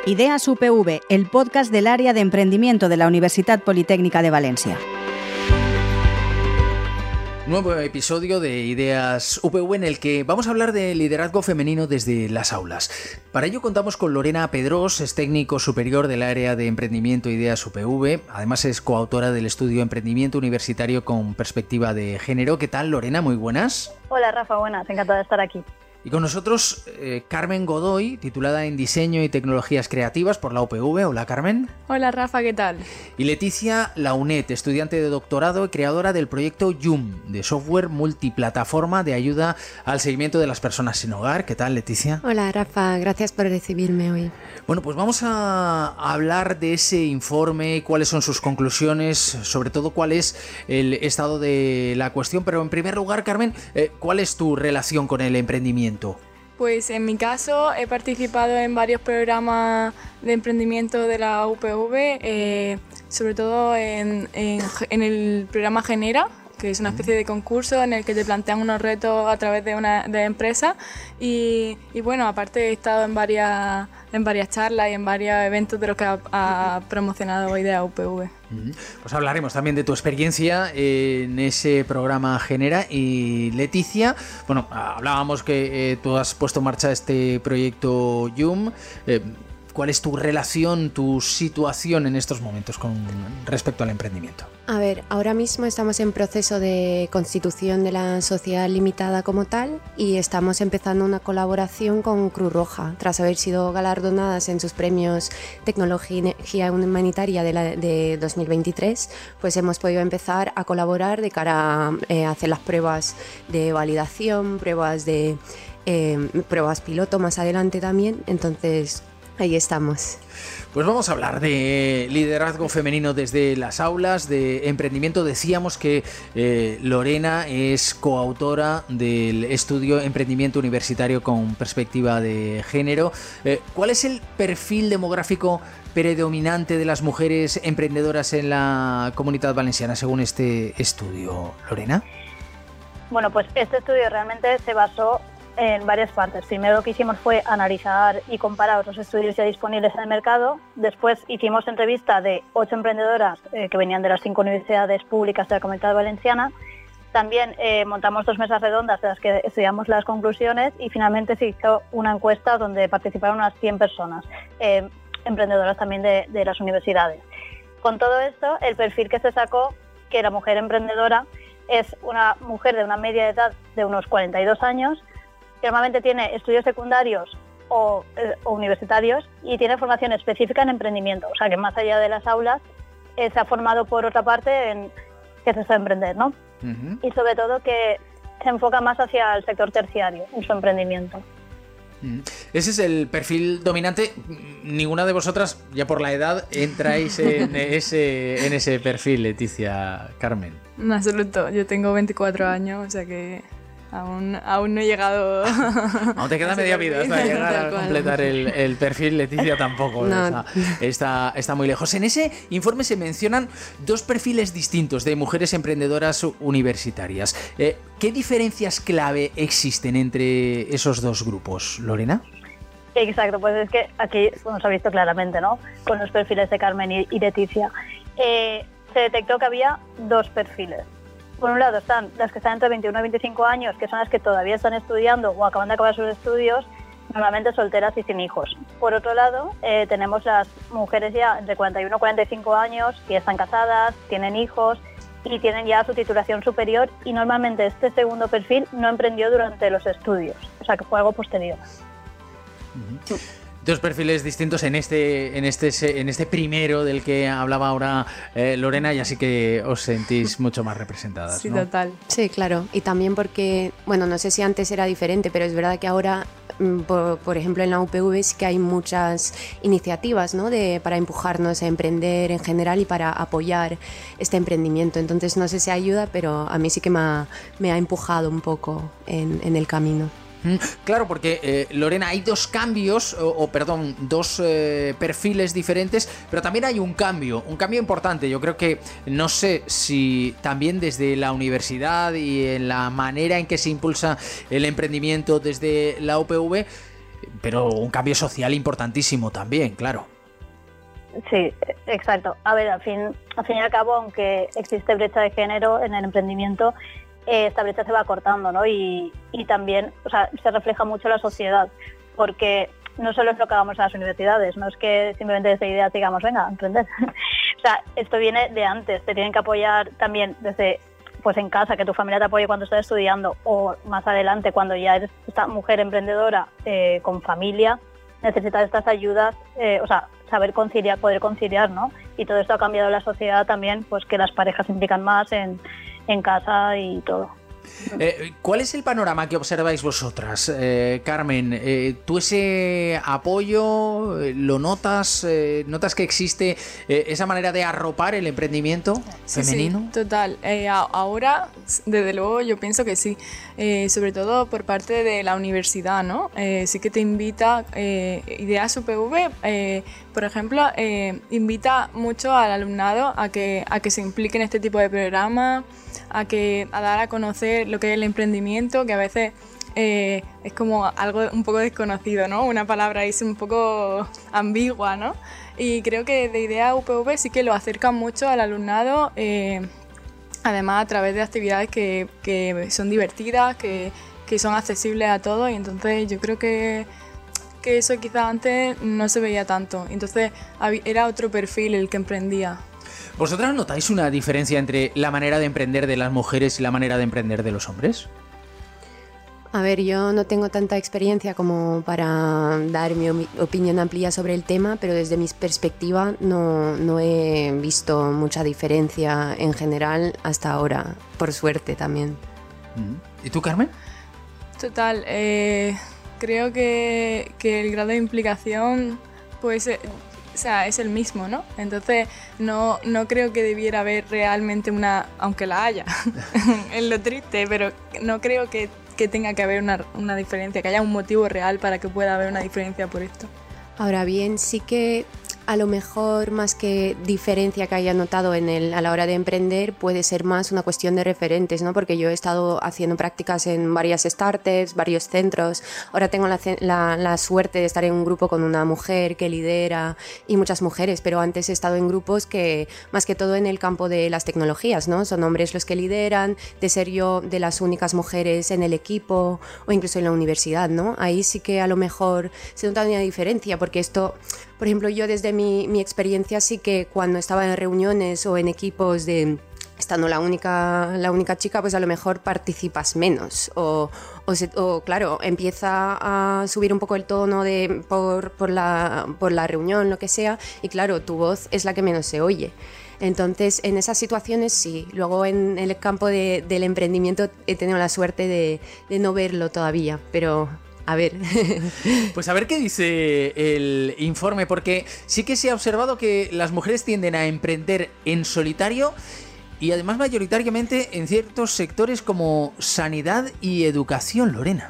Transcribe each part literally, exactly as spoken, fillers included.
Ideas U P V, el podcast del área de emprendimiento de la Universitat Politécnica de Valencia. Nuevo episodio de Ideas U P V en el que vamos a hablar de liderazgo femenino desde las aulas. Para ello contamos con Lorena Pedrós, es técnico superior del área de emprendimiento Ideas U P V. Además es coautora del estudio Emprendimiento Universitario con Perspectiva de Género. ¿Qué tal, Lorena? Muy buenas. Hola, Rafa, buenas. Encantada de estar aquí. Y con nosotros eh, Carmen Godoy, titulada en Diseño y Tecnologías Creativas por la U P V. Hola, Carmen. Hola, Rafa, ¿qué tal? Y Leticia Launet, estudiante de doctorado y creadora del proyecto Yum, de software multiplataforma de ayuda al seguimiento de las personas sin hogar. ¿Qué tal, Leticia? Hola, Rafa, gracias por recibirme hoy. Bueno, pues vamos a hablar de ese informe, cuáles son sus conclusiones, sobre todo cuál es el estado de la cuestión. Pero en primer lugar, Carmen, eh, ¿cuál es tu relación con el emprendimiento? Pues en mi caso he participado en varios programas de emprendimiento de la U P V, eh, sobre todo en, en, en el programa Genera, que es una especie de concurso en el que te plantean unos retos a través de una de empresa y, y bueno, aparte he estado en varias, en varias charlas y en varios eventos de los que ha, ha promocionado hoy de la U P V. Pues hablaremos también de tu experiencia en ese programa Genera. Y Leticia, bueno, hablábamos que eh, tú has puesto en marcha este proyecto Yum. Eh, ¿Cuál es tu relación, tu situación en estos momentos con respecto al emprendimiento? A ver, ahora mismo estamos en proceso de constitución de la sociedad limitada como tal y estamos empezando una colaboración con Cruz Roja. Tras haber sido galardonadas en sus premios Tecnología Humanitaria de, la, de dos mil veintitrés, pues hemos podido empezar a colaborar de cara a eh, hacer las pruebas de validación, pruebas de eh, pruebas piloto más adelante también. Entonces, ahí estamos. Pues vamos a hablar de liderazgo femenino desde las aulas, de emprendimiento. Decíamos que eh, Lorena es coautora del estudio Emprendimiento Universitario con Perspectiva de Género. Eh, ¿Cuál es el perfil demográfico predominante de las mujeres emprendedoras en la Comunidad Valenciana según este estudio, Lorena? Bueno, pues este estudio realmente se basó en varias partes. Primero lo que hicimos fue analizar y comparar otros estudios ya disponibles en el mercado. Después hicimos entrevista de ocho emprendedoras eh, que venían de las cinco universidades públicas de la Comunidad Valenciana. También eh, montamos dos mesas redondas en las que estudiamos las conclusiones y finalmente se hizo una encuesta donde participaron unas cien personas, eh, emprendedoras también de, de las universidades. Con todo esto, el perfil que se sacó, que la mujer emprendedora es una mujer de una media de edad de unos cuarenta y dos años, que normalmente tiene estudios secundarios o, eh, o universitarios y tiene formación específica en emprendimiento, o sea que más allá de las aulas eh, se ha formado por otra parte en que se sabe emprender, ¿no? Uh-huh. Y sobre todo que se enfoca más hacia el sector terciario en su emprendimiento. Ese es el perfil dominante. Ninguna de vosotras, ya por la edad, entráis en ese, en ese perfil, Leticia, Carmen. En absoluto, yo tengo veinticuatro años, o sea que Aún, aún no he llegado. Aún te queda media vida hasta llegar a completar el, el perfil. Leticia tampoco. No. Está, está, está muy lejos. En ese informe se mencionan dos perfiles distintos de mujeres emprendedoras universitarias. Eh, ¿Qué diferencias clave existen entre esos dos grupos, Lorena? Exacto, pues es que aquí bueno, se ha visto claramente, ¿no? Con los perfiles de Carmen y, y Leticia. Eh, se detectó que había dos perfiles. Por un lado están las que están entre veintiuno y veinticinco años, que son las que todavía están estudiando o acaban de acabar sus estudios, normalmente solteras y sin hijos. Por otro lado, eh, tenemos las mujeres ya entre cuarenta y uno y cuarenta y cinco años, que ya están casadas, tienen hijos y tienen ya su titulación superior y normalmente este segundo perfil no emprendió durante los estudios, o sea que fue algo posterior. Uh-huh. Dos perfiles distintos en este, en este, en este primero del que hablaba ahora eh, Lorena, y así que os sentís mucho más representadas, sí, ¿no? Total. Sí, claro. Y también porque, bueno, no sé si antes era diferente, pero es verdad que ahora, por, por ejemplo, en la U P V sí que hay muchas iniciativas, ¿no? de, para empujarnos a emprender en general y para apoyar este emprendimiento. Entonces no sé si ayuda, pero a mí sí que me ha, me ha empujado un poco en, en el camino. Claro, porque eh, Lorena, hay dos cambios, o, o perdón, dos eh, perfiles diferentes, pero también hay un cambio, un cambio importante. Yo creo que, no sé si también desde la universidad y en la manera en que se impulsa el emprendimiento desde la U P V, pero un cambio social importantísimo también, claro. Sí, exacto. A ver, al fin, al fin y al cabo, aunque existe brecha de género en el emprendimiento, eh, esta brecha se va cortando, ¿no? Y, y también, o sea, se refleja mucho en la sociedad, porque no solo es lo que hagamos en las universidades, no es que simplemente desde ideas digamos, venga, emprender. O sea, esto viene de antes, te tienen que apoyar también desde, pues en casa, que tu familia te apoye cuando estás estudiando, o más adelante, cuando ya eres esta mujer emprendedora eh, con familia, necesitas estas ayudas, eh, o sea, saber conciliar, poder conciliar, ¿no? Y todo esto ha cambiado la sociedad también, pues que las parejas se implican más en, en casa y todo. Eh, ¿Cuál es el panorama que observáis vosotras, eh, Carmen? Eh, ¿Tú ese apoyo eh, lo notas? Eh, ¿Notas que existe eh, esa manera de arropar el emprendimiento sí, femenino? Sí, total. Eh, a, ahora, desde luego, yo pienso que sí. Eh, sobre todo por parte de la universidad, ¿no? Eh, sí que te invita, eh, Ideas U P V, eh, por ejemplo, eh, invita mucho al alumnado a que, a que se implique en este tipo de programas, a que a dar a conocer lo que es el emprendimiento, que a veces eh, es como algo un poco desconocido, ¿no? Una palabra ahí es un poco ambigua, ¿no? Y creo que de Ideas U P V sí que lo acercan mucho al alumnado, eh, además a través de actividades que, que son divertidas, que, que son accesibles a todos, y entonces yo creo que, que eso quizás antes no se veía tanto, entonces era otro perfil el que emprendía. ¿Vosotras notáis una diferencia entre la manera de emprender de las mujeres y la manera de emprender de los hombres? A ver, yo no tengo tanta experiencia como para dar mi opinión amplia sobre el tema, pero desde mi perspectiva no, no he visto mucha diferencia en general hasta ahora, por suerte también. ¿Y tú, Carmen? Total, eh, creo que, que el grado de implicación pues, eh, o sea, es el mismo, ¿no? Entonces no, no creo que debiera haber realmente una, aunque la haya, es lo triste, pero no creo que que tenga que haber una, una diferencia, que haya un motivo real para que pueda haber una diferencia por esto. Ahora bien, sí que a lo mejor más que diferencia que haya notado en el, a la hora de emprender puede ser más una cuestión de referentes, ¿no? Porque yo he estado haciendo prácticas en varias startups, varios centros, ahora tengo la, la, la suerte de estar en un grupo con una mujer que lidera y muchas mujeres, pero antes he estado en grupos que más que todo en el campo de las tecnologías, ¿no? Son hombres los que lideran, de ser yo de las únicas mujeres en el equipo o incluso en la universidad, ¿no? Ahí sí que a lo mejor se nota una diferencia, porque esto, por ejemplo, yo desde mi, mi experiencia sí que cuando estaba en reuniones o en equipos de estando la única, la única chica, pues a lo mejor participas menos o, o, se, o claro, empieza a subir un poco el tono de, por, por, la, por la reunión, lo que sea, y claro, tu voz es la que menos se oye. Entonces, en esas situaciones sí. Luego en el campo de, del emprendimiento he tenido la suerte de, de no verlo todavía, pero... A ver. Pues a ver qué dice el informe, porque sí que se ha observado que las mujeres tienden a emprender en solitario y además mayoritariamente en ciertos sectores como sanidad y educación, Lorena.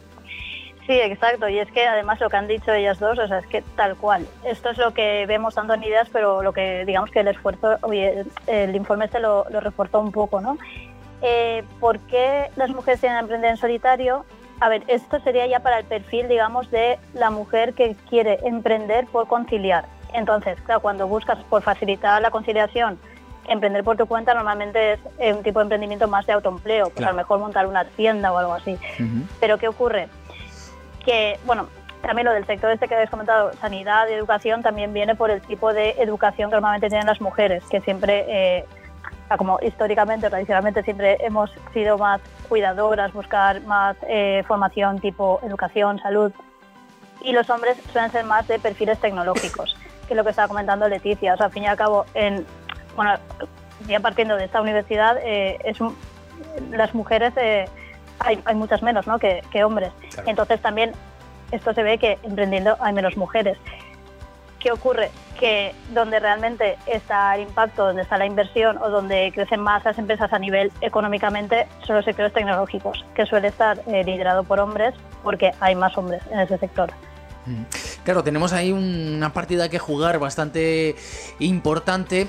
Sí, exacto, y es que además lo que han dicho ellas dos, o sea, es que tal cual. Esto es lo que vemos tanto en ideas, pero lo que digamos que el esfuerzo, oye, el, el informe este lo, lo reforzó un poco, ¿no? Eh, ¿Por qué las mujeres tienden a emprender en solitario? A ver, esto sería ya para el perfil, digamos, de la mujer que quiere emprender por conciliar. Entonces, claro, cuando buscas por facilitar la conciliación, emprender por tu cuenta normalmente es un tipo de emprendimiento más de autoempleo, pues claro, a lo mejor montar una tienda o algo así. Uh-huh. Pero ¿qué ocurre? Que, bueno, también lo del sector este que habéis comentado, sanidad y educación, también viene por el tipo de educación que normalmente tienen las mujeres, que siempre... Eh, como históricamente o tradicionalmente siempre hemos sido más cuidadoras, buscar más eh, formación tipo educación, salud, y los hombres suelen ser más de perfiles tecnológicos, que es lo que estaba comentando Leticia. O sea, al fin y al cabo, en, bueno, ya partiendo de esta universidad, eh, es un, las mujeres eh, hay, hay muchas menos, ¿no?, que, que hombres. Claro. Entonces también esto se ve que emprendiendo hay menos mujeres. ¿Qué ocurre? Que donde realmente está el impacto, donde está la inversión o donde crecen más las empresas a nivel económicamente son los sectores tecnológicos, que suele estar eh, liderado por hombres porque hay más hombres en ese sector. Claro, tenemos ahí una partida que jugar bastante importante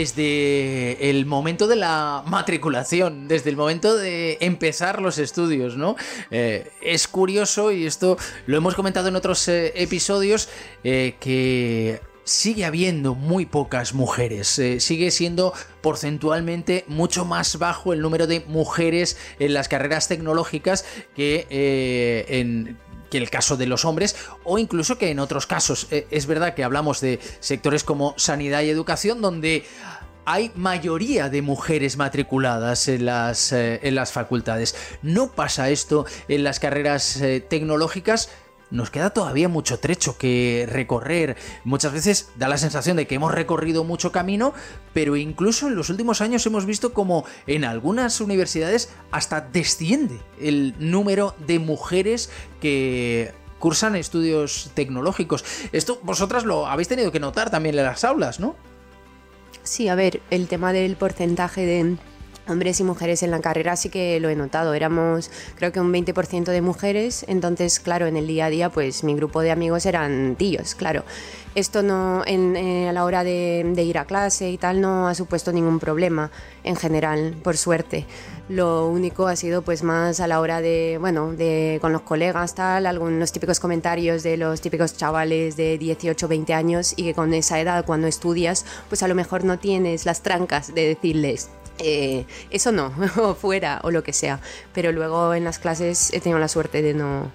desde el momento de la matriculación, desde el momento de empezar los estudios, ¿no? Eh, es curioso, y esto lo hemos comentado en otros eh, episodios, eh, que sigue habiendo muy pocas mujeres, eh, sigue siendo porcentualmente mucho más bajo el número de mujeres en las carreras tecnológicas que eh, en... que el caso de los hombres, o incluso que en otros casos. Eh, es verdad que hablamos de sectores como sanidad y educación, donde hay mayoría de mujeres matriculadas en las, eh, en las facultades. ¿No pasa esto en las carreras eh, tecnológicas? Nos queda todavía mucho trecho que recorrer. Muchas veces da la sensación de que hemos recorrido mucho camino, pero incluso en los últimos años hemos visto como en algunas universidades hasta desciende el número de mujeres que cursan estudios tecnológicos. Esto vosotras lo habéis tenido que notar también en las aulas, ¿no? Sí, a ver, el tema del porcentaje de hombres y mujeres en la carrera sí que lo he notado. Éramos, creo que un veinte por ciento de mujeres, entonces, claro, en el día a día, pues mi grupo de amigos eran tíos, claro. Esto no, en, eh, a la hora de, de ir a clase y tal, no ha supuesto ningún problema en general, por suerte. Lo único ha sido pues más a la hora de, bueno, de con los colegas, tal, algunos típicos comentarios de los típicos chavales de dieciocho, veinte años, y que con esa edad, cuando estudias, pues a lo mejor no tienes las trancas de decirles Eh, eso no, o fuera, o lo que sea. Pero luego en las clases he tenido la suerte de no,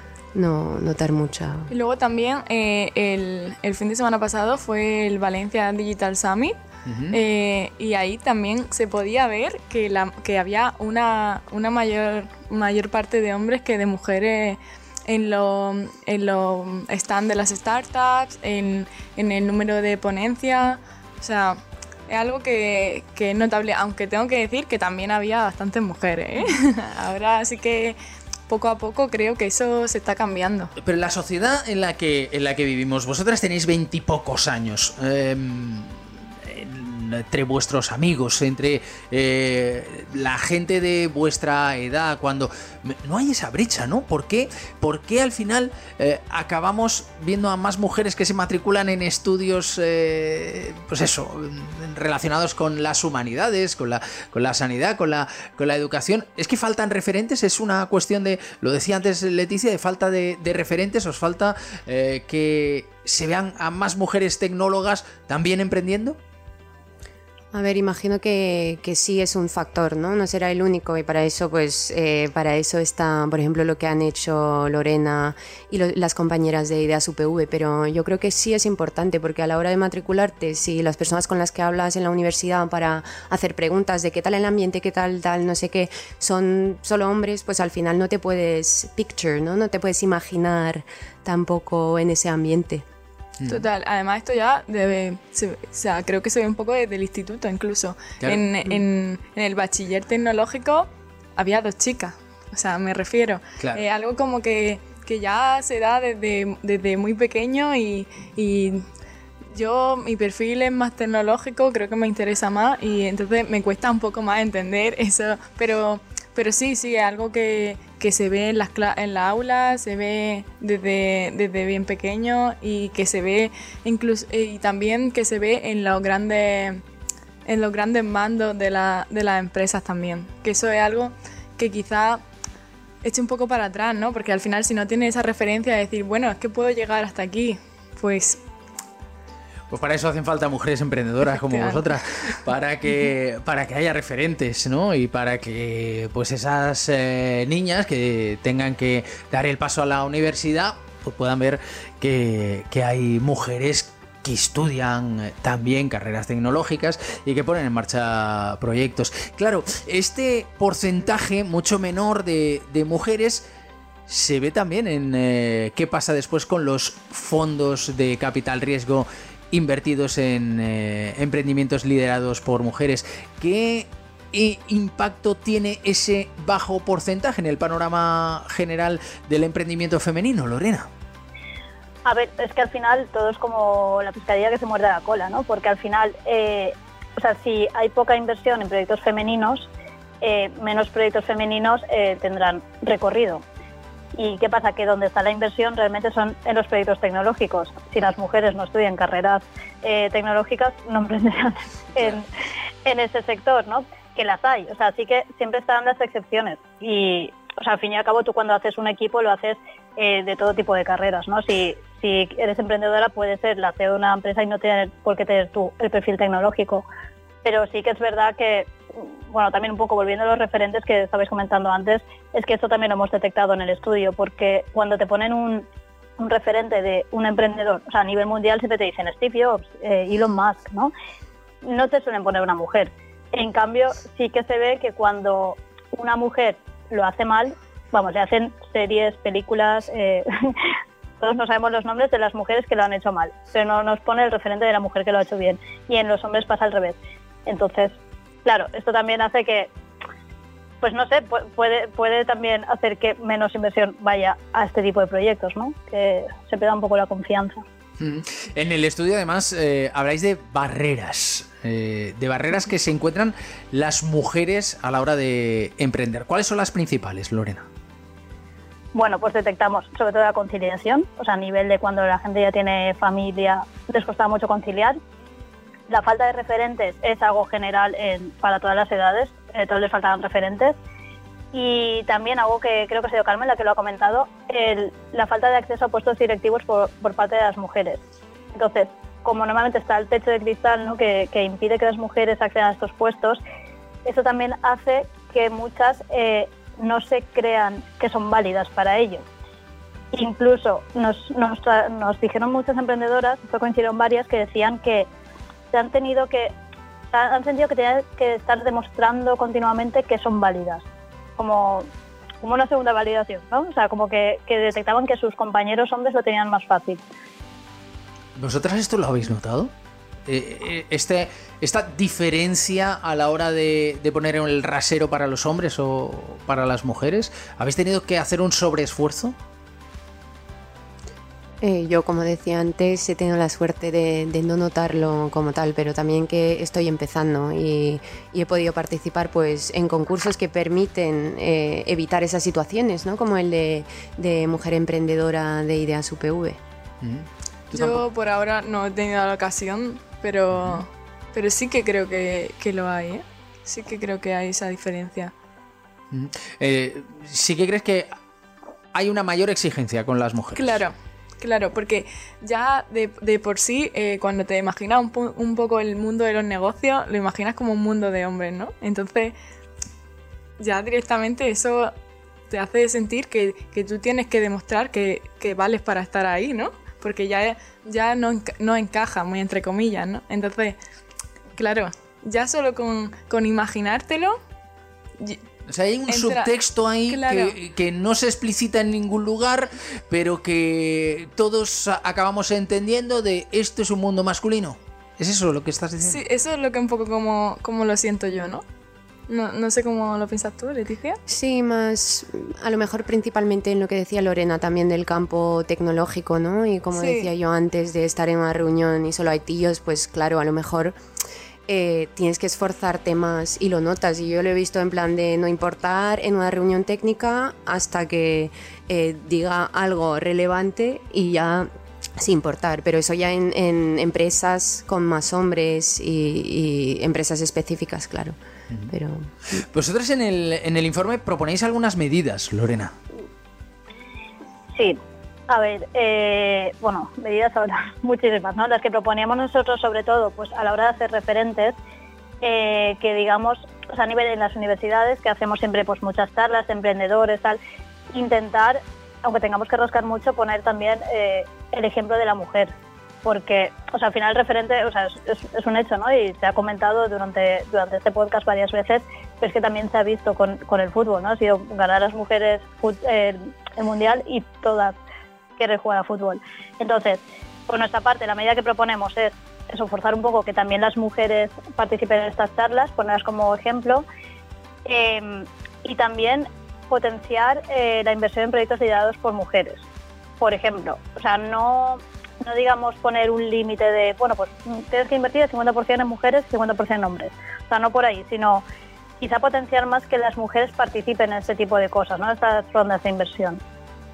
no notar mucha. Y luego también eh, el, el fin de semana pasado fue el Valencia Digital Summit. Uh-huh. eh, y ahí también se podía ver que, la, que había una, una mayor, mayor parte de hombres que de mujeres en los en lo stand de las startups, en, en el número de ponencias. O sea, es algo que, que es notable, aunque tengo que decir que también había bastantes mujeres, ¿eh? Ahora sí que poco a poco creo que eso se está cambiando. Pero la sociedad en la que, en la que vivimos, vosotras tenéis veintipocos años, eh, entre vuestros amigos, entre eh, la gente de vuestra edad, cuando no hay esa brecha, ¿no? ¿Por qué, por qué al final eh, acabamos viendo a más mujeres que se matriculan en estudios, eh, pues eso, relacionados con las humanidades, con la, con la sanidad, con la, con la educación? ¿Es que faltan referentes? ¿Es una cuestión de, lo decía antes Leticia, de falta de, de referentes? ¿Os falta eh, que se vean a más mujeres tecnólogas también emprendiendo? A ver, imagino que, que sí es un factor, ¿no? No será el único, y para eso, pues, eh, para eso está, por ejemplo, lo que han hecho Lorena y lo, las compañeras de Ideas U P V, pero yo creo que sí es importante, porque a la hora de matricularte, si las personas con las que hablas en la universidad para hacer preguntas de qué tal el ambiente, qué tal, tal, no sé qué, son solo hombres, pues al final no te puedes picture, ¿no? No te puedes imaginar tampoco en ese ambiente. Total, además esto ya debe, se, o sea, creo que se ve un poco desde el instituto incluso. Claro. En, en, en el bachiller tecnológico había dos chicas, o sea, me refiero. Claro. Eh, algo como que, que ya se da desde, desde muy pequeño, y, y yo, mi perfil es más tecnológico, creo que me interesa más, y entonces me cuesta un poco más entender eso, pero... Pero sí, sí, es algo que, que se ve en las en la aula, se ve desde, desde bien pequeño, y que se ve incluso, y también que se ve en los grandes, en los grandes mandos de, la, de las empresas también. Que eso es algo que quizá eche un poco para atrás, ¿no? Porque al final, si no tienes esa referencia de decir, bueno, es que puedo llegar hasta aquí, pues... Pues para eso hacen falta mujeres emprendedoras como vosotras, para que para que haya referentes, ¿no? Y para que pues esas eh, niñas que tengan que dar el paso a la universidad, pues puedan ver que, que hay mujeres que estudian también carreras tecnológicas y que ponen en marcha proyectos. Claro, este porcentaje mucho menor de, de mujeres se ve también en eh, qué pasa después con los fondos de capital riesgo invertidos en eh, emprendimientos liderados por mujeres. ¿Qué eh, impacto tiene ese bajo porcentaje en el panorama general del emprendimiento femenino, Lorena? A ver, es que al final todo es como la pescadilla que se muerde la cola, ¿no? Porque al final, eh, o sea, si hay poca inversión en proyectos femeninos, eh, menos proyectos femeninos eh, tendrán recorrido. ¿Y qué pasa? Que donde está la inversión realmente son en los proyectos tecnológicos. Si las mujeres no estudian carreras eh, tecnológicas, no emprenderán en, en ese sector, ¿no? Que las hay. O sea, sí que siempre están las excepciones. Y, o sea, al fin y al cabo, tú cuando haces un equipo lo haces eh, de todo tipo de carreras, ¿no? Si, si eres emprendedora, puedes ser la C E O de una empresa y no tener por qué tener tú el perfil tecnológico. Pero sí que es verdad que, bueno, también un poco volviendo a los referentes que estabais comentando antes, es que esto también lo hemos detectado en el estudio, porque cuando te ponen un, un referente de un emprendedor, o sea, a nivel mundial siempre te dicen Steve Jobs, eh, Elon Musk, ¿no? No te suelen poner una mujer. En cambio, sí que se ve que cuando una mujer lo hace mal, vamos, le hacen series, películas, eh, todos no sabemos los nombres de las mujeres que lo han hecho mal, pero no nos pone el referente de la mujer que lo ha hecho bien. Y en los hombres pasa al revés. Entonces, claro, esto también hace que, pues no sé, puede, puede también hacer que menos inversión vaya a este tipo de proyectos, ¿no? Que se pierda un poco la confianza. En el estudio, además, eh, habláis de barreras, eh, de barreras que se encuentran las mujeres a la hora de emprender. ¿Cuáles son las principales, Lorena? Bueno, pues detectamos sobre todo la conciliación, o sea, a nivel de cuando la gente ya tiene familia, les cuesta mucho conciliar. La falta de referentes es algo general en, para todas las edades, eh, todos les faltan referentes. Y también algo que creo que ha sido Carmen la que lo ha comentado, el, la falta de acceso a puestos directivos por, por parte de las mujeres. Entonces, como normalmente está el techo de cristal, ¿no? que, que impide que las mujeres accedan a estos puestos, eso también hace que muchas eh, no se crean que son válidas para ello. Incluso nos, nos, nos dijeron muchas emprendedoras, esto coincidieron varias, que decían que se han tenido que, han sentido que tenían que estar demostrando continuamente que son válidas, como, como una segunda validación, ¿no? O sea, como que, que detectaban que sus compañeros hombres lo tenían más fácil. ¿Vosotras esto lo habéis notado? Eh, este, ¿Esta diferencia a la hora de, de poner en el rasero para los hombres o para las mujeres? ¿Habéis tenido que hacer un sobreesfuerzo? Eh, yo, como decía antes, he tenido la suerte de, de no notarlo como tal, pero también que estoy empezando y, y he podido participar pues, en concursos que permiten eh, evitar esas situaciones, ¿no? Como el de, de Mujer Emprendedora de Ideas U P V. Mm. Yo tampoco? por ahora no he tenido la ocasión, pero, uh-huh. pero sí que creo que, que lo hay, ¿eh? Sí que creo que hay esa diferencia. Mm. Eh, ¿Sí que crees que hay una mayor exigencia con las mujeres? Claro. Claro, porque ya de, de por sí, eh, cuando te imaginas un, pu- un poco el mundo de los negocios, lo imaginas como un mundo de hombres, ¿no? Entonces, ya directamente eso te hace sentir que, que tú tienes que demostrar que, que vales para estar ahí, ¿no? Porque ya, ya no, enca- no encaja, muy entre comillas, ¿no? Entonces, claro, ya solo con, con imaginártelo... O sea, hay un Entra, subtexto ahí claro. que, que no se explicita en ningún lugar, pero que todos a- acabamos entendiendo de esto es un mundo masculino. ¿Es eso lo que estás diciendo? Sí, eso es lo que un poco como, como lo siento yo, ¿no? ¿no? No sé cómo lo piensas tú, Leticia. Sí, más a lo mejor principalmente en lo que decía Lorena también del campo tecnológico, ¿no? Y como Sí. decía yo antes de estar en una reunión y solo hay tíos, pues claro, a lo mejor... Eh, tienes que esforzarte más y lo notas, y yo lo he visto en plan de no importar en una reunión técnica hasta que eh, diga algo relevante y ya sin importar, pero eso ya en, en empresas con más hombres y, y empresas específicas, claro. Uh-huh. Pero vosotros en el, en el informe proponéis algunas medidas, Lorena. Sí. A ver, eh, bueno, medidas ahora muchísimas, ¿no? Las que proponíamos nosotros, sobre todo, pues a la hora de hacer referentes, eh, que digamos, o sea, a nivel en las universidades, que hacemos siempre pues muchas charlas de emprendedores, tal, intentar, aunque tengamos que rascar mucho, poner también eh, el ejemplo de la mujer, porque, o sea, al final el referente, o sea, es, es, es un hecho, ¿no? Y se ha comentado durante, durante este podcast varias veces, pero es que también se ha visto con, con el fútbol, ¿no? Ha sido ganar a las mujeres fut, eh, el mundial y todas quieren jugar a fútbol. Entonces, por nuestra parte, la medida que proponemos es eso, forzar un poco que también las mujeres participen en estas charlas, ponerlas como ejemplo, eh, y también potenciar eh, la inversión en proyectos liderados por mujeres. Por ejemplo, o sea, no, no digamos poner un límite de, bueno, pues tienes que invertir el cincuenta por ciento en mujeres y cincuenta por ciento en hombres. O sea, no por ahí, sino quizá potenciar más que las mujeres participen en este tipo de cosas, ¿no? Estas rondas de inversión.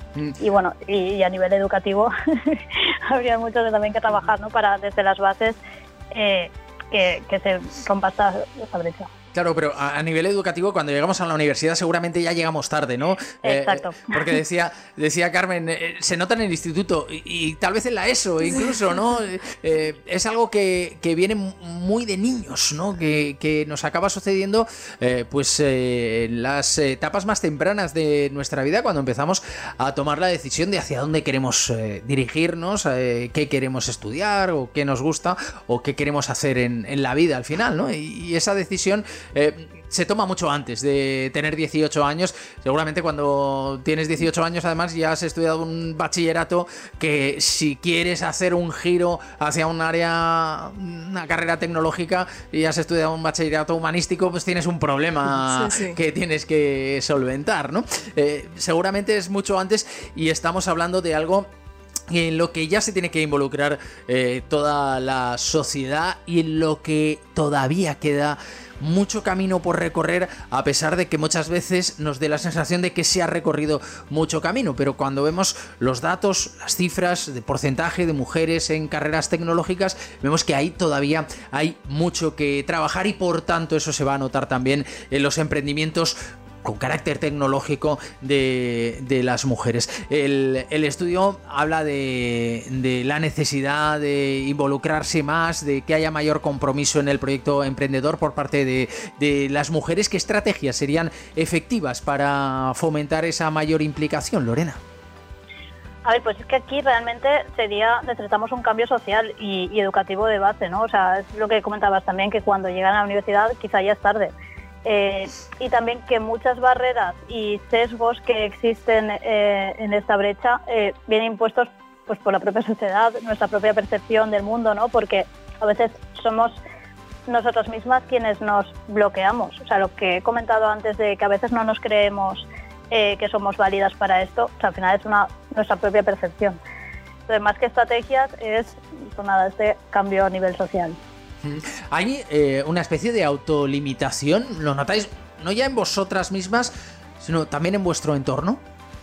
Mm. Y bueno, y, y a nivel educativo habría mucho también que trabajar, ¿no? Para desde las bases eh, que, que se rompa esta, esta brecha. Claro, pero a nivel educativo, cuando llegamos a la universidad seguramente ya llegamos tarde, ¿no? Exacto. Eh, porque decía, decía Carmen, eh, se nota en el instituto y, y tal vez en la ESO incluso, ¿no? Eh, es algo que, que viene muy de niños, ¿no? Que, que nos acaba sucediendo eh, pues eh, en las etapas más tempranas de nuestra vida, cuando empezamos a tomar la decisión de hacia dónde queremos eh, dirigirnos, eh, qué queremos estudiar o qué nos gusta o qué queremos hacer en, en la vida al final, ¿no? Y, y esa decisión Eh, se toma mucho antes de tener dieciocho años. Seguramente cuando tienes dieciocho años además ya has estudiado un bachillerato que si quieres hacer un giro hacia un área, una carrera tecnológica y has estudiado un bachillerato humanístico, pues tienes un problema sí, sí. que tienes que solventar, ¿no? Eh, seguramente es mucho antes y estamos hablando de algo en lo que ya se tiene que involucrar eh, toda la sociedad y en lo que todavía queda mucho camino por recorrer, a pesar de que muchas veces nos dé la sensación de que se ha recorrido mucho camino, pero cuando vemos los datos, las cifras de porcentaje de mujeres en carreras tecnológicas, vemos que ahí todavía hay mucho que trabajar y por tanto eso se va a notar también en los emprendimientos con carácter tecnológico de, de las mujeres. El, el estudio habla de, de la necesidad de involucrarse más, de que haya mayor compromiso en el proyecto emprendedor por parte de, de las mujeres. ¿Qué estrategias serían efectivas para fomentar esa mayor implicación, Lorena? A ver, pues es que aquí realmente sería, necesitamos un cambio social y, y educativo de base, ¿no? O sea, es lo que comentabas también, que cuando llegan a la universidad quizá ya es tarde. Eh, y también que muchas barreras y sesgos que existen eh, en esta brecha eh, vienen impuestos pues por la propia sociedad, nuestra propia percepción del mundo, ¿no? Porque a veces somos nosotros mismas quienes nos bloqueamos. O sea, lo que he comentado antes de que a veces no nos creemos eh, que somos válidas para esto, o sea, al final es una, nuestra propia percepción. Entonces, más que estrategias, es pues nada, este cambio a nivel social. ¿Hay eh, una especie de autolimitación? ¿Lo notáis no ya en vosotras mismas, sino también en vuestro entorno?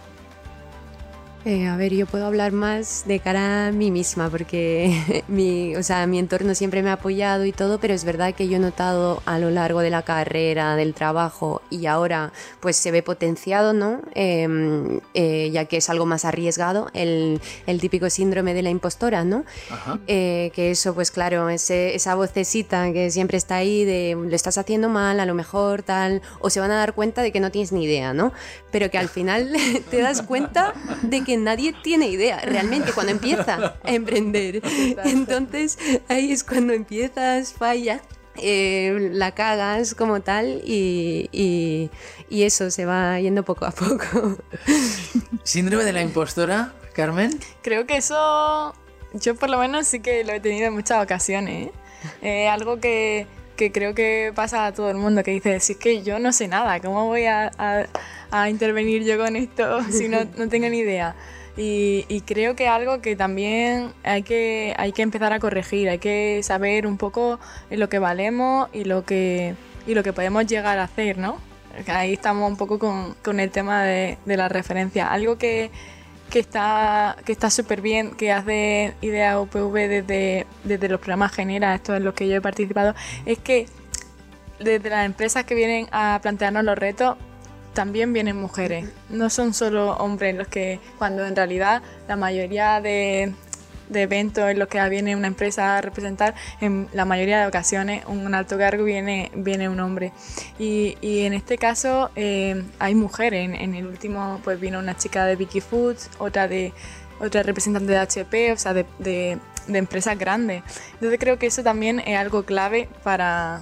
Eh, a ver, yo puedo hablar más de cara a mí misma porque mi, o sea, mi entorno siempre me ha apoyado y todo, pero es verdad que yo he notado a lo largo de la carrera, del trabajo y ahora pues se ve potenciado, ¿no? Eh, eh, ya que es algo más arriesgado, el, el típico síndrome de la impostora, ¿no? Ajá. Eh, que eso, pues claro, ese, esa vocecita que siempre está ahí de lo estás haciendo mal, a lo mejor tal, o se van a dar cuenta de que no tienes ni idea, ¿no? Pero que al final te das cuenta de que nadie tiene idea realmente cuando empieza a emprender. Entonces ahí es cuando empiezas, fallas, eh, la cagas como tal y, y, y eso se va yendo poco a poco. ¿Síndrome de la impostora, Carmen? Creo que eso yo por lo menos sí que lo he tenido en muchas ocasiones, ¿eh? Eh, algo que, que creo que pasa a todo el mundo, que dice, si es que yo no sé nada, ¿cómo voy a, a, a intervenir yo con esto si no, no tengo ni idea? Y, y creo que algo que también hay que, hay que empezar a corregir, hay que saber un poco lo que valemos y lo que, y lo que podemos llegar a hacer, ¿no? Ahí estamos un poco con, con el tema de, de la referencia. Algo que, que está que está súper bien, que hace IDEA U P V desde, desde los programas Genera, estos en los que yo he participado, es que desde las empresas que vienen a plantearnos los retos, también vienen mujeres, no son solo hombres los que, cuando en realidad la mayoría de, de eventos en los que viene una empresa a representar, en la mayoría de ocasiones un alto cargo viene, viene un hombre. Y, y en este caso eh, hay mujeres, en, en el último pues vino una chica de Vicky Foods, otra de otra representante de H P, o sea de, de, de empresas grandes. Entonces creo que eso también es algo clave para...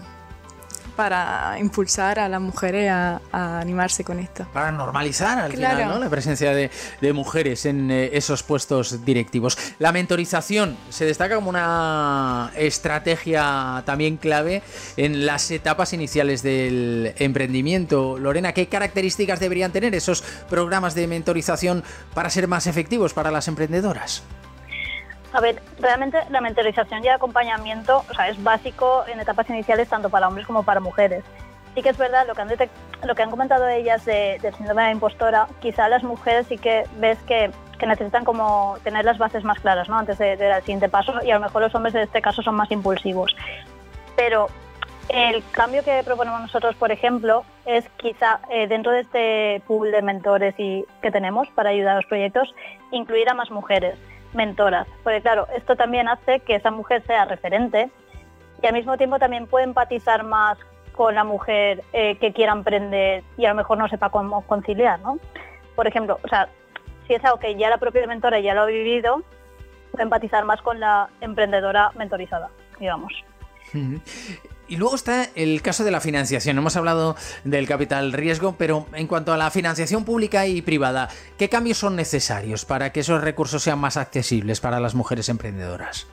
para impulsar a las mujeres a, a animarse con esto. Para normalizar al claro. final, ¿no? La presencia de, de mujeres en eh, esos puestos directivos. La mentorización se destaca como una estrategia también clave en las etapas iniciales del emprendimiento. Lorena, ¿qué características deberían tener esos programas de mentorización para ser más efectivos para las emprendedoras? A ver, realmente la mentorización y acompañamiento, o sea, es básico en etapas iniciales tanto para hombres como para mujeres. Sí que es verdad, lo que antes te, lo que han comentado ellas de, del síndrome de impostora, quizá las mujeres sí que ves que, que necesitan como tener las bases más claras, ¿no? Antes de, de dar el siguiente paso, y a lo mejor los hombres en este caso son más impulsivos. Pero el cambio que proponemos nosotros, por ejemplo, es quizá eh, dentro de este pool de mentores y, que tenemos para ayudar a los proyectos, incluir a más mujeres mentoras. Porque claro, esto también hace que esa mujer sea referente y al mismo tiempo también puede empatizar más con la mujer eh, que quiera emprender y a lo mejor no sepa cómo conciliar, ¿no? Por ejemplo, o sea, si es algo que ya la propia mentora ya lo ha vivido, puede empatizar más con la emprendedora mentorizada, digamos. Uh-huh. Y luego está el caso de la financiación. Hemos hablado del capital riesgo, pero en cuanto a la financiación pública y privada, ¿qué cambios son necesarios para que esos recursos sean más accesibles para las mujeres emprendedoras?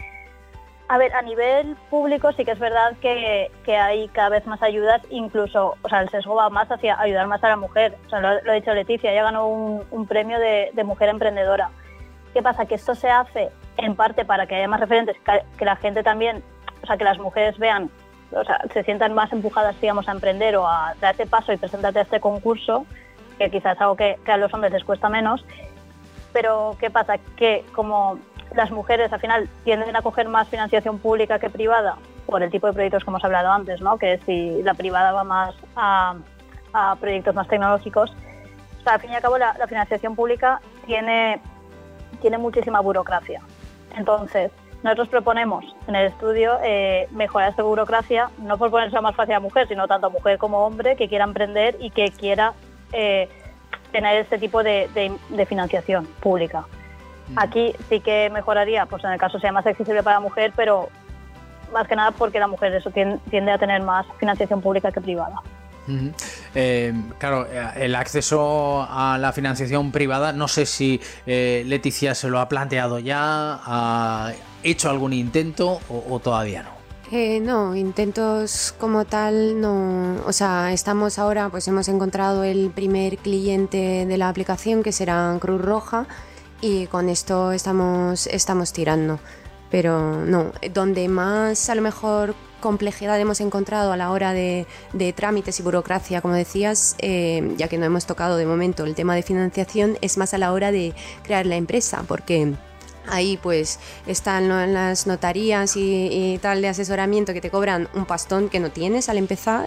A ver, a nivel público sí que es verdad que, que hay cada vez más ayudas, incluso, o sea, el sesgo va más hacia ayudar más a la mujer. O sea, lo, lo ha dicho Leticia, ella ganó un, un premio de, de mujer emprendedora. ¿Qué pasa? Que esto se hace en parte para que haya más referentes, que, que la gente también, o sea, que las mujeres vean, o sea, se sientan más empujadas, digamos, a emprender o a dar este paso y presentarte a este concurso, que quizás es algo que, que a los hombres les cuesta menos. Pero ¿qué pasa? Que como las mujeres al final tienden a coger más financiación pública que privada por el tipo de proyectos que hemos hablado antes, ¿no? Que si la privada va más a, a proyectos más tecnológicos, o sea, al fin y al cabo la, la financiación pública tiene, tiene muchísima burocracia. Entonces, nosotros proponemos en el estudio eh, mejorar esta burocracia, no por ponerse más fácil a mujer, sino tanto a mujer como hombre que quiera emprender y que quiera eh, tener este tipo de, de, de financiación pública. Aquí sí que mejoraría, pues en el caso sea más accesible para la mujer, pero más que nada porque la mujer eso tiende, tiende a tener más financiación pública que privada. Uh-huh. Eh, claro, el acceso a la financiación privada, no sé si eh, Leticia se lo ha planteado ya, ha hecho algún intento o, o todavía no. Eh, no, intentos como tal no, o sea, estamos ahora, pues hemos encontrado el primer cliente de la aplicación que será Cruz Roja y con esto estamos, estamos tirando, pero no, donde más a lo mejor complejidad hemos encontrado a la hora de, de trámites y burocracia, como decías, eh, ya que no hemos tocado de momento el tema de financiación, es más a la hora de crear la empresa, porque ahí pues están, ¿no?, las notarías y, y tal de asesoramiento que te cobran un pastón que no tienes al empezar.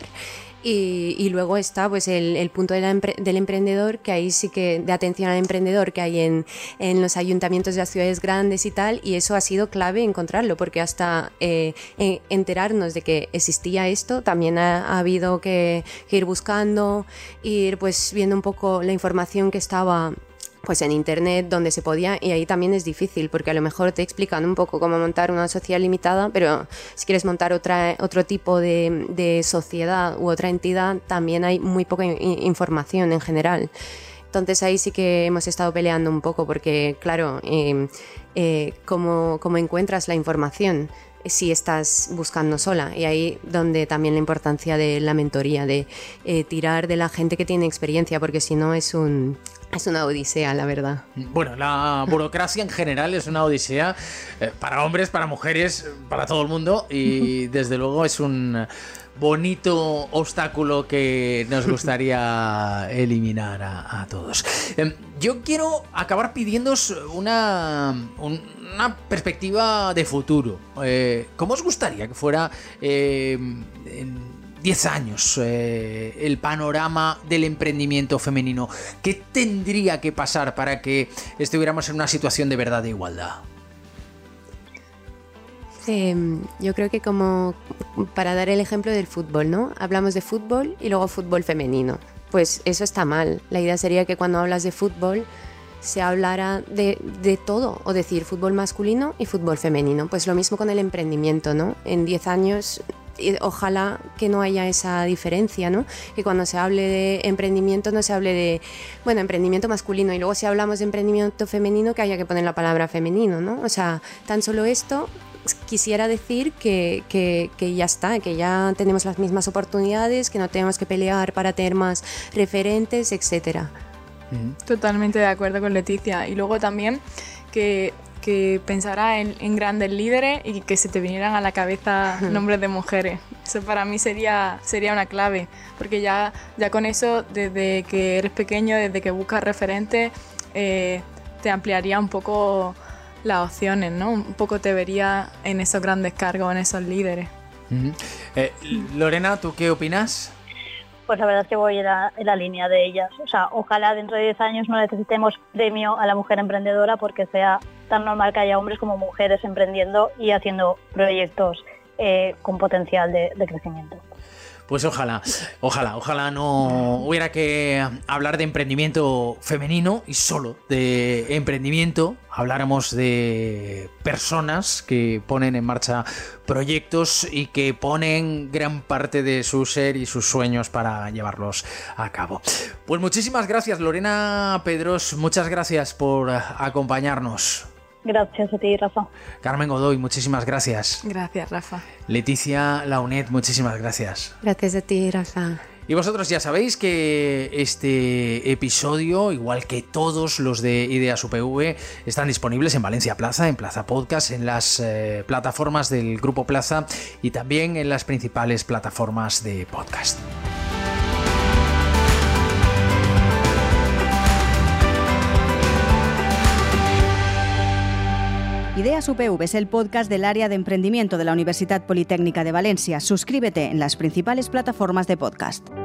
Y, y luego está pues el, el punto de la empre- del emprendedor, que ahí sí que de atención al emprendedor que hay en, en los ayuntamientos de las ciudades grandes y tal, y eso ha sido clave encontrarlo, porque hasta eh, enterarnos de que existía esto también ha, ha habido que, que ir buscando, ir pues viendo un poco la información que estaba pues en internet donde se podía, y ahí también es difícil porque a lo mejor te explican un poco cómo montar una sociedad limitada, pero si quieres montar otra, otro tipo de, de sociedad u otra entidad también hay muy poca in- información en general. Entonces ahí sí que hemos estado peleando un poco porque claro, eh, eh, ¿cómo, cómo encuentras la información si estás buscando sola? Y ahí donde también la importancia de la mentoría, de eh, tirar de la gente que tiene experiencia, porque si no es un... Es una odisea, la verdad. Bueno, la burocracia en general es una odisea eh, para hombres, para mujeres, para todo el mundo, y desde luego es un bonito obstáculo que nos gustaría eliminar a, a todos. Eh, yo quiero acabar pidiéndoos una, un, una perspectiva de futuro. Eh, ¿Cómo os gustaría que fuera eh, en diez años eh, el panorama del emprendimiento femenino? ¿Qué tendría que pasar para que estuviéramos en una situación de verdad de igualdad? Eh, yo creo que como para dar el ejemplo del fútbol, ¿no? Hablamos de fútbol y luego fútbol femenino. Pues eso está mal. La idea sería que cuando hablas de fútbol se hablara de, de todo, o decir fútbol masculino y fútbol femenino. Pues lo mismo con el emprendimiento, ¿no? En diez años... ojalá que no haya esa diferencia, ¿no? Que cuando se hable de emprendimiento no se hable de, bueno, emprendimiento masculino y luego si hablamos de emprendimiento femenino que haya que poner la palabra femenino, ¿no? O sea, tan solo esto quisiera decir que, que, que ya está, que ya tenemos las mismas oportunidades, que no tenemos que pelear para tener más referentes, etcétera. Totalmente de acuerdo con Leticia. Y luego también que... que pensaras en, en grandes líderes y que se te vinieran a la cabeza nombres de mujeres. Eso para mí sería, sería una clave, porque ya, ya con eso, desde que eres pequeño, desde que buscas referentes, eh, te ampliaría un poco las opciones, ¿no? Un poco te vería en esos grandes cargos, en esos líderes. Uh-huh. eh, Lorena, ¿tú qué opinas? Pues la verdad es que voy en la, en la línea de ellas. O sea, ojalá dentro de diez años no necesitemos premio a la mujer emprendedora, porque sea tan normal que haya hombres como mujeres emprendiendo y haciendo proyectos eh, con potencial de, de crecimiento. Pues ojalá, ojalá, ojalá no hubiera que hablar de emprendimiento femenino y solo de emprendimiento, habláramos de personas que ponen en marcha proyectos y que ponen gran parte de su ser y sus sueños para llevarlos a cabo. Pues muchísimas gracias, Lorena Pedros, muchas gracias por acompañarnos. Gracias a ti, Rafa. Carmen Godoy, muchísimas gracias. Gracias, Rafa. Leticia Launet, muchísimas gracias. Gracias a ti, Rafa. Y vosotros ya sabéis que este episodio, igual que todos los de Ideas U P V, están disponibles en Valencia Plaza, en Plaza Podcast, en las eh, plataformas del Grupo Plaza y también en las principales plataformas de podcast. Ideas U P V es el podcast del área de emprendimiento de la Universidad Politécnica de Valencia. Suscríbete en las principales plataformas de podcast.